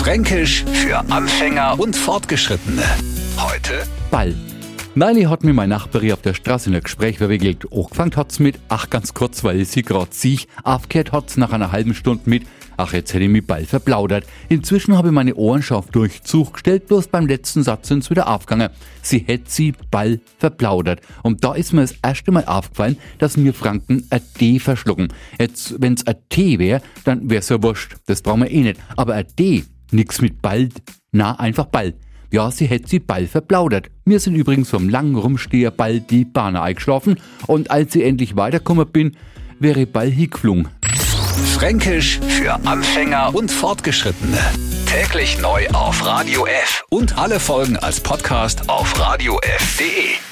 Fränkisch für Anfänger und Fortgeschrittene. Heute Ball. Neulich hat mir mein Nachbarin auf der Straße in ein Gespräch verwickelt. Angefangen hat's mit, ganz kurz, weil sie grad sich. Aufgehört hat's nach einer halben Stunde mit, jetzt hätte ich mich Ball verplaudert. Inzwischen habe ich meine Ohren scharf Durchzug gestellt, bloß beim letzten Satz sind's wieder aufgegangen. Sie hätte sie Ball verplaudert. Und da ist mir das erste Mal aufgefallen, dass wir Franken ein D verschlucken. Jetzt, wenn's ein T wäre, dann wär's ja wurscht. Das brauchen wir eh nicht. Aber ein D, nix mit Ball, einfach Ball. Ja, sie hätte sie Ball verplaudert. Wir sind übrigens vom langen Rumsteher bald die Bahn eingeschlafen und als ich endlich weitergekommen bin, wäre Ball hingeflogen. Fränkisch für Anfänger und Fortgeschrittene. Täglich neu auf Radio F und alle Folgen als Podcast auf radiof.de.